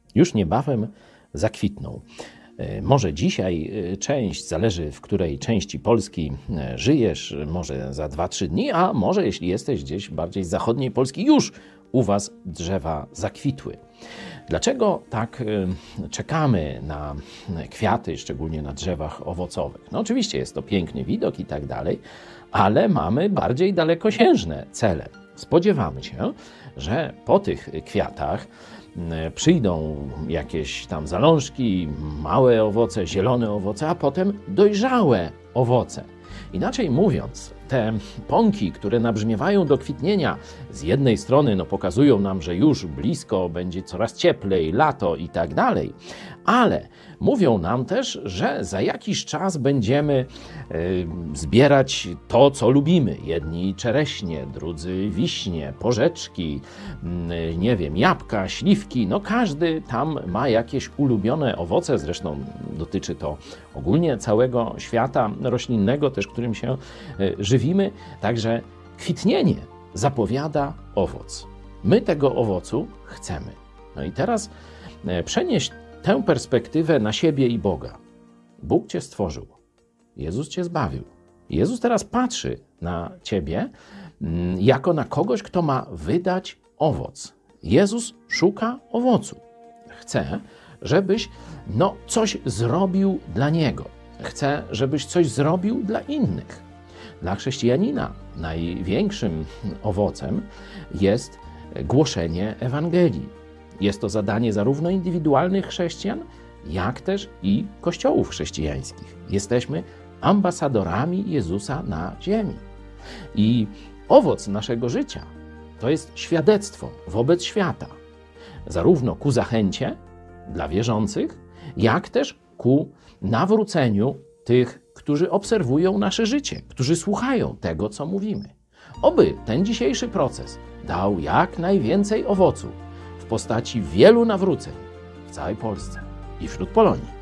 już niebawem zakwitną. Może dzisiaj część, zależy w której części Polski żyjesz, może za 2-3 dni, a może jeśli jesteś gdzieś bardziej z zachodniej Polski, już u was drzewa zakwitły. Dlaczego tak czekamy na kwiaty, szczególnie na drzewach owocowych? No oczywiście jest to piękny widok i tak dalej, ale mamy bardziej dalekosiężne cele. Spodziewamy się, że po tych kwiatach przyjdą jakieś tam zalążki, małe owoce, zielone owoce, a potem dojrzałe owoce. Inaczej mówiąc, te pąki, które nabrzmiewają do kwitnienia, z jednej strony pokazują nam, że już blisko będzie coraz cieplej, lato i tak dalej, ale mówią nam też, że za jakiś czas będziemy zbierać to, co lubimy. Jedni czereśnie, drudzy wiśnie, porzeczki, nie wiem, jabłka, śliwki. No każdy tam ma jakieś ulubione owoce, zresztą dotyczy to ogólnie całego świata roślinnego, też którym się żywimy. Także kwitnienie zapowiada owoc. My tego owocu chcemy. No i teraz przenieś tę perspektywę na siebie i Boga. Bóg cię stworzył. Jezus cię zbawił. Jezus teraz patrzy na ciebie jako na kogoś, kto ma wydać owoc. Jezus szuka owocu. Chce, żebyś coś zrobił dla Niego. Chce, żebyś coś zrobił dla innych. Dla chrześcijanina największym owocem jest głoszenie Ewangelii. Jest to zadanie zarówno indywidualnych chrześcijan, jak też i kościołów chrześcijańskich. Jesteśmy ambasadorami Jezusa na ziemi. I owoc naszego życia to jest świadectwo wobec świata, zarówno ku zachęcie dla wierzących, jak też ku nawróceniu tych, którzy obserwują nasze życie, którzy słuchają tego, co mówimy. Oby ten dzisiejszy proces dał jak najwięcej owoców w postaci wielu nawróceń w całej Polsce i wśród Polonii.